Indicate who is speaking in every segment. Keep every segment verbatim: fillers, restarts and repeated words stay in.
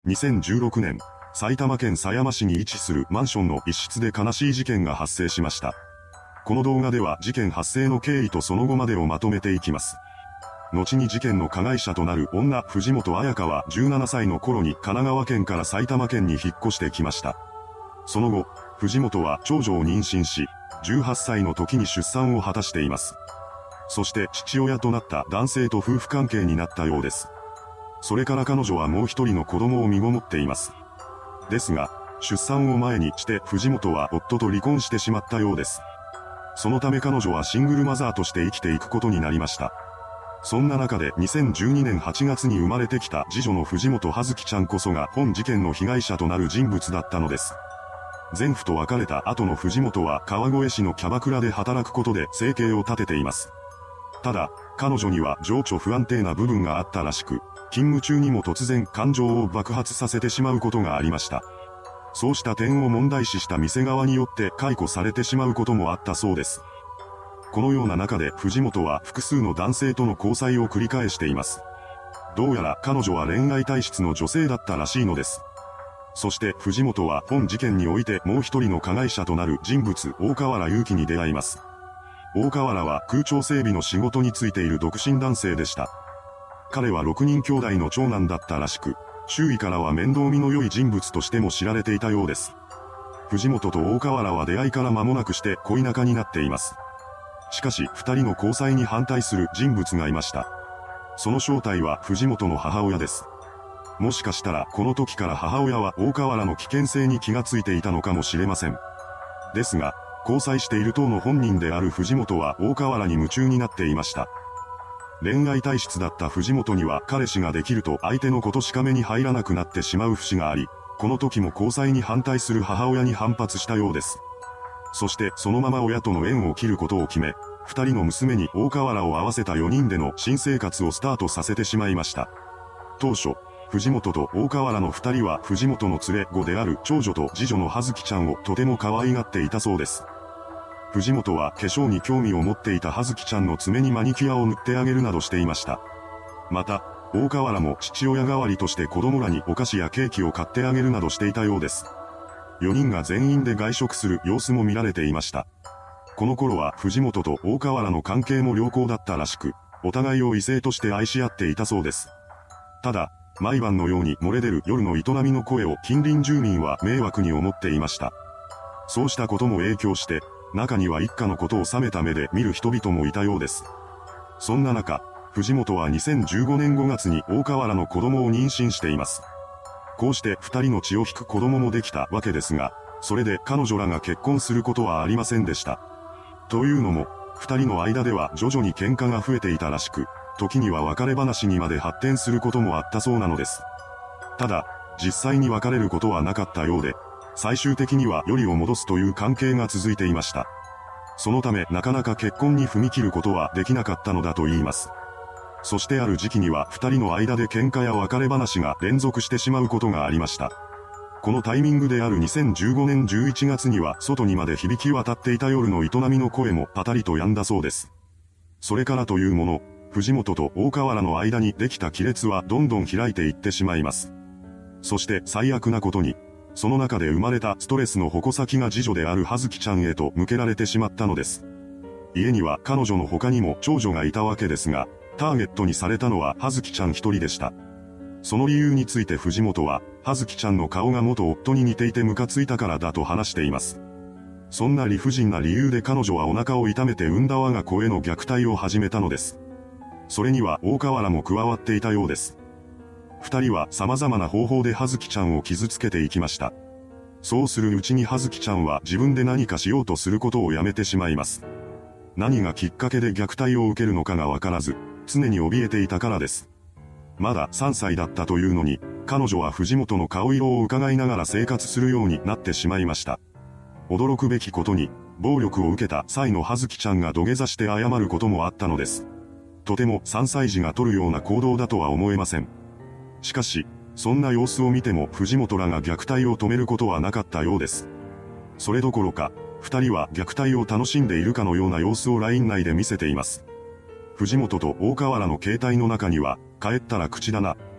Speaker 1: にせんじゅうろくねん、埼玉県狭山市に位置するマンションの一室で悲しい事件が発生しました。この動画では事件発生の経緯とその後までをまとめていきます。後に事件の加害者となる女、藤本彩香はじゅうななさいの頃に神奈川県から埼玉県に引っ越してきました。その後、藤本は長女を妊娠し、じゅうはっさいの時に出産を果たしています。そして父親となった男性と夫婦関係になったようです。それから彼女はもう一人の子供を身ごもっています。ですが、出産を前にして藤本は夫と離婚してしまったようです。そのため彼女はシングルマザーとして生きていくことになりました。そんな中でにせんじゅうにねんはちがつに生まれてきた次女の藤本葉月ちゃんこそが本事件の被害者となる人物だったのです。前夫と別れた後の藤本は川越市のキャバクラで働くことで生計を立てています。ただ、彼女には情緒不安定な部分があったらしく、勤務中にも突然感情を爆発させてしまうことがありました。そうした点を問題視した店側によって解雇されてしまうこともあったそうです。このような中で藤本は複数の男性との交際を繰り返しています。どうやら彼女は恋愛体質の女性だったらしいのです。そして藤本は本事件においてもう一人の加害者となる人物大河原祐樹に出会います。大河原は空調整備の仕事に就いている独身男性でした。彼はろくにん兄弟の長男だったらしく、周囲からは面倒見の良い人物としても知られていたようです。藤本と大河原は出会いから間もなくして恋仲になっています。しかし二人の交際に反対する人物がいました。その正体は藤本の母親です。もしかしたらこの時から母親は大河原の危険性に気がついていたのかもしれません。ですが、交際している当の本人である藤本は大河原に夢中になっていました。恋愛体質だった藤本には彼氏ができると相手のことしか目に入らなくなってしまう節があり、この時も交際に反対する母親に反発したようです。そしてそのまま親との縁を切ることを決め、二人の娘に大河原を合わせたよにんでの新生活をスタートさせてしまいました。当初、藤本と大河原の二人は藤本の連れ子である長女と次女の葉月ちゃんをとても可愛がっていたそうです。藤本は化粧に興味を持っていた葉月ちゃんの爪にマニキュアを塗ってあげるなどしていました。また、大河原も父親代わりとして子供らにお菓子やケーキを買ってあげるなどしていたようです。よにんが全員で外食する様子も見られていました。この頃は藤本と大河原の関係も良好だったらしく、お互いを異性として愛し合っていたそうです。ただ、毎晩のように漏れ出る夜の営みの声を近隣住民は迷惑に思っていました。そうしたことも影響して、中には一家のことを冷めた目で見る人々もいたようです。そんな中、藤本はにせんじゅうごねんごがつに大河原の子供を妊娠しています。こうして二人の血を引く子供もできたわけですが、それで彼女らが結婚することはありませんでした。というのも、二人の間では徐々に喧嘩が増えていたらしく、時には別れ話にまで発展することもあったそうなのです。ただ、実際に別れることはなかったようで、最終的にはよりを戻すという関係が続いていました。そのためなかなか結婚に踏み切ることはできなかったのだと言います。そしてある時期には二人の間で喧嘩や別れ話が連続してしまうことがありました。このタイミングであるにせんじゅうごねんじゅういちがつには外にまで響き渡っていた夜の営みの声もパタリと止んだそうです。それからというもの、藤本と大河原の間にできた亀裂はどんどん開いていってしまいます。そして最悪なことに、その中で生まれたストレスの矛先が次女である葉月ちゃんへと向けられてしまったのです。家には彼女の他にも長女がいたわけですが、ターゲットにされたのは葉月ちゃん一人でした。その理由について藤本は、葉月ちゃんの顔が元夫に似ていてムカついたからだと話しています。そんな理不尽な理由で彼女はお腹を痛めて産んだ我が子への虐待を始めたのです。それには大河原も加わっていたようです。二人は様々な方法で葉月ちゃんを傷つけていきました。そうするうちに葉月ちゃんは自分で何かしようとすることをやめてしまいます。何がきっかけで虐待を受けるのかがわからず、常に怯えていたからです。まださんさいだったというのに、彼女は藤本の顔色を伺いながら生活するようになってしまいました。驚くべきことに、暴力を受けた際の葉月ちゃんが土下座して謝ることもあったのです。とてもさんさい児が取るような行動だとは思えません。しかし、そんな様子を見ても藤本らが虐待を止めることはなかったようです。それどころか、二人は虐待を楽しんでいるかのような様子を ライン 内で見せています。藤本と大河原の携帯の中には、帰ったら口だな。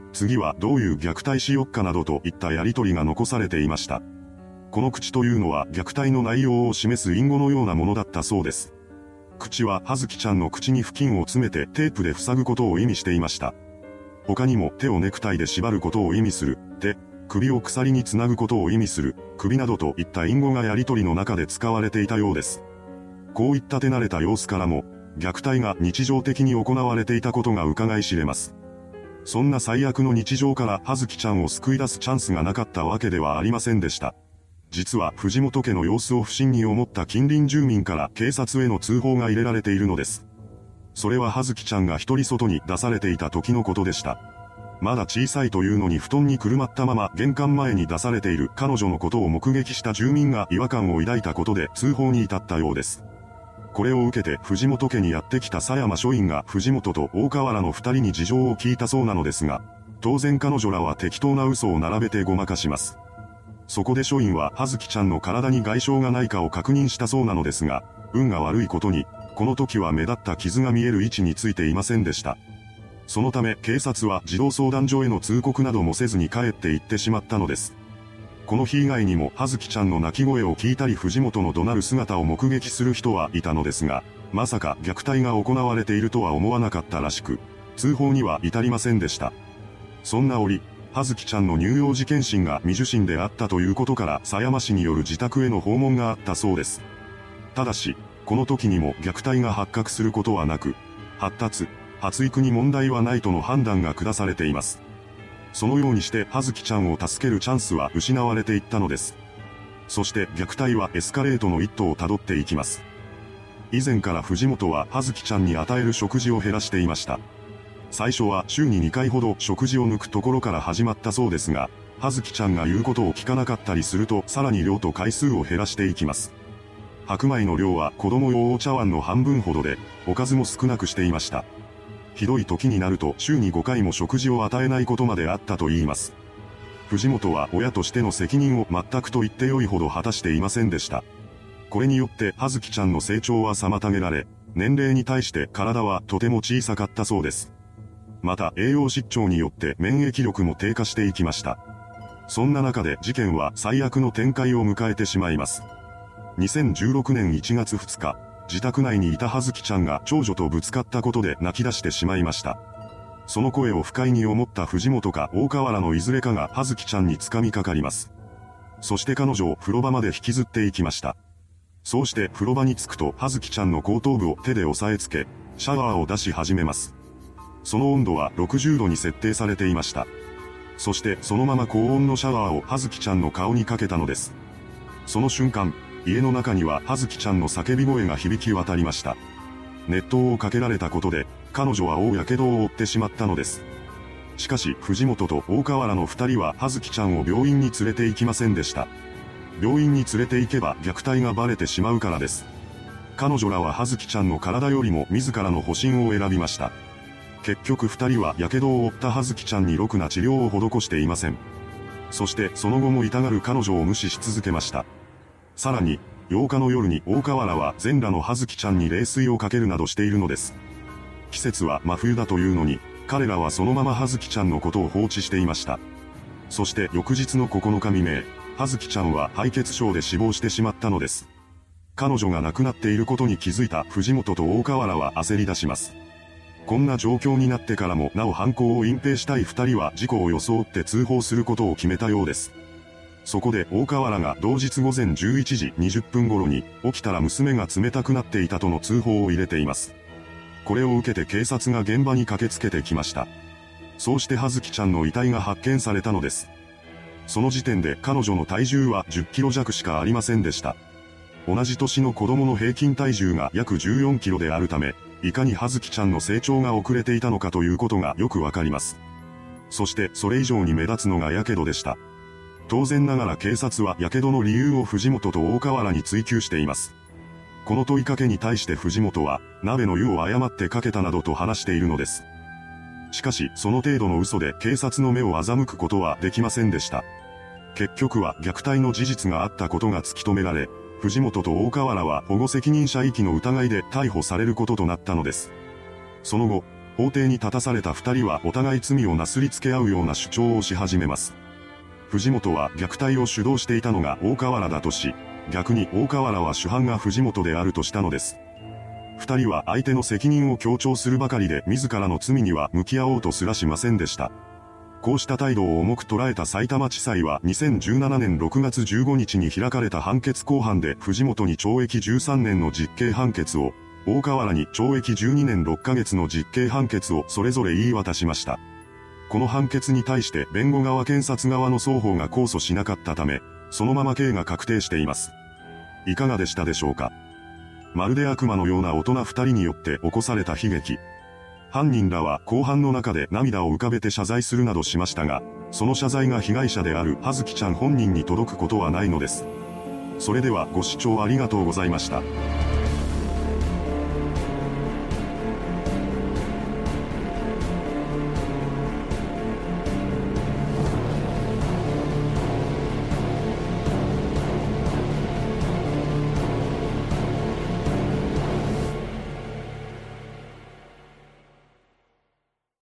Speaker 1: 次はどういう虐待しよっかなどといったやりとりが残されていました。この口というのは虐待の内容を示す隠語のようなものだったそうです。口は葉月ちゃんの口に布巾を詰めてテープで塞ぐことを意味していました。他にも手をネクタイで縛ることを意味する、手、首を鎖につなぐことを意味する、首などといった隠語がやりとりの中で使われていたようです。こういった手慣れた様子からも、虐待が日常的に行われていたことが伺い知れます。そんな最悪の日常から葉月ちゃんを救い出すチャンスがなかったわけではありませんでした。実は藤本家の様子を不審に思った近隣住民から警察への通報が入れられているのです。それは葉月ちゃんが一人外に出されていた時のことでした。まだ小さいというのに布団にくるまったまま玄関前に出されている彼女のことを目撃した住民が違和感を抱いたことで通報に至ったようです。これを受けて藤本家にやってきた狭山署員が藤本と大河原の二人に事情を聞いたそうなのですが、当然彼女らは適当な嘘を並べてごまかします。そこで署員は葉月ちゃんの体に外傷がないかを確認したそうなのですが、運が悪いことに、この時は目立った傷が見える位置についていませんでした。そのため警察は児童相談所への通告などもせずに帰って行ってしまったのです。この日以外にも葉月ちゃんの泣き声を聞いたり藤本の怒鳴る姿を目撃する人はいたのですが、まさか虐待が行われているとは思わなかったらしく、通報には至りませんでした。そんな折、葉月ちゃんの乳幼児検診が未受診であったということから狭山市による自宅への訪問があったそうです。ただし、この時にも虐待が発覚することはなく、発達、発育に問題はないとの判断が下されています。そのようにして葉月ちゃんを助けるチャンスは失われていったのです。そして虐待はエスカレートの一途をたどっていきます。以前から藤本は葉月ちゃんに与える食事を減らしていました。最初は週ににかいほど食事を抜くところから始まったそうですが、葉月ちゃんが言うことを聞かなかったりするとさらに量と回数を減らしていきます。白米の量は子供用お茶碗の半分ほどで、おかずも少なくしていました。ひどい時になると週にごかいも食事を与えないことまであったと言います。藤本は親としての責任を全くと言ってよいほど果たしていませんでした。これによって葉月ちゃんの成長は妨げられ、年齢に対して体はとても小さかったそうです。また栄養失調によって免疫力も低下していきました。そんな中で事件は最悪の展開を迎えてしまいます。にせんじゅうろくねんいちがつふつか、自宅内にいた葉月ちゃんが長女とぶつかったことで泣き出してしまいました。その声を不快に思った藤本か大河原のいずれかが葉月ちゃんに掴みかかります。そして彼女を風呂場まで引きずっていきました。そうして風呂場に着くと葉月ちゃんの後頭部を手で押さえつけ、シャワーを出し始めます。その温度はろくじゅうどに設定されていました。そしてそのまま高温のシャワーを葉月ちゃんの顔にかけたのです。その瞬間、家の中には葉月ちゃんの叫び声が響き渡りました。熱湯をかけられたことで、彼女は大やけどを負ってしまったのです。しかし藤本と大河原の二人は葉月ちゃんを病院に連れて行きませんでした。病院に連れて行けば虐待がバレてしまうからです。彼女らは葉月ちゃんの体よりも自らの保身を選びました。結局二人は火傷を負った葉月ちゃんにろくな治療を施していません。そしてその後も痛がる彼女を無視し続けました。さらに、ようかの夜に大河原は全裸の葉月ちゃんに冷水をかけるなどしているのです。季節は真冬だというのに、彼らはそのまま葉月ちゃんのことを放置していました。そして翌日のここのか未明、葉月ちゃんは敗血症で死亡してしまったのです。彼女が亡くなっていることに気づいた藤本と大河原は焦り出します。こんな状況になってからもなお犯行を隠蔽したい二人は事故を装って通報することを決めたようです。そこで大河原が同日午前じゅういちじにじゅっぷん頃に起きたら娘が冷たくなっていたとの通報を入れています。これを受けて警察が現場に駆けつけてきました。そうして葉月ちゃんの遺体が発見されたのです。その時点で彼女の体重はじゅっキロ弱しかありませんでした。同じ年の子供の平均体重が約じゅうよんキロであるため、いかに葉月ちゃんの成長が遅れていたのかということがよくわかります。そしてそれ以上に目立つのが火傷でした。当然ながら警察は火傷の理由を藤本と大河原に追及しています。この問いかけに対して藤本は、鍋の湯を誤ってかけたなどと話しているのです。しかし、その程度の嘘で警察の目を欺くことはできませんでした。結局は虐待の事実があったことが突き止められ、藤本と大河原は保護責任者遺棄の疑いで逮捕されることとなったのです。その後、 法廷に立たされた二人はお互い罪をなすりつけ合うような主張をし始めます。藤本は虐待を主導していたのが大河原だとし、逆に大河原は主犯が藤本であるとしたのです。二人は相手の責任を強調するばかりで自らの罪には向き合おうとすらしませんでした。こうした態度を重く捉えたさいたま地裁はにせんじゅうななねんろくがつじゅうごにちに開かれた判決公判で藤本に懲役じゅうさんねんの実刑判決を、大河原に懲役じゅうにねんろっかげつの実刑判決をそれぞれ言い渡しました。この判決に対して弁護側検察側の双方が控訴しなかったため、そのまま刑が確定しています。いかがでしたでしょうか。まるで悪魔のような大人二人によって起こされた悲劇。犯人らは公判の中で涙を浮かべて謝罪するなどしましたが、その謝罪が被害者である葉月ちゃん本人に届くことはないのです。それではご視聴ありがとうございました。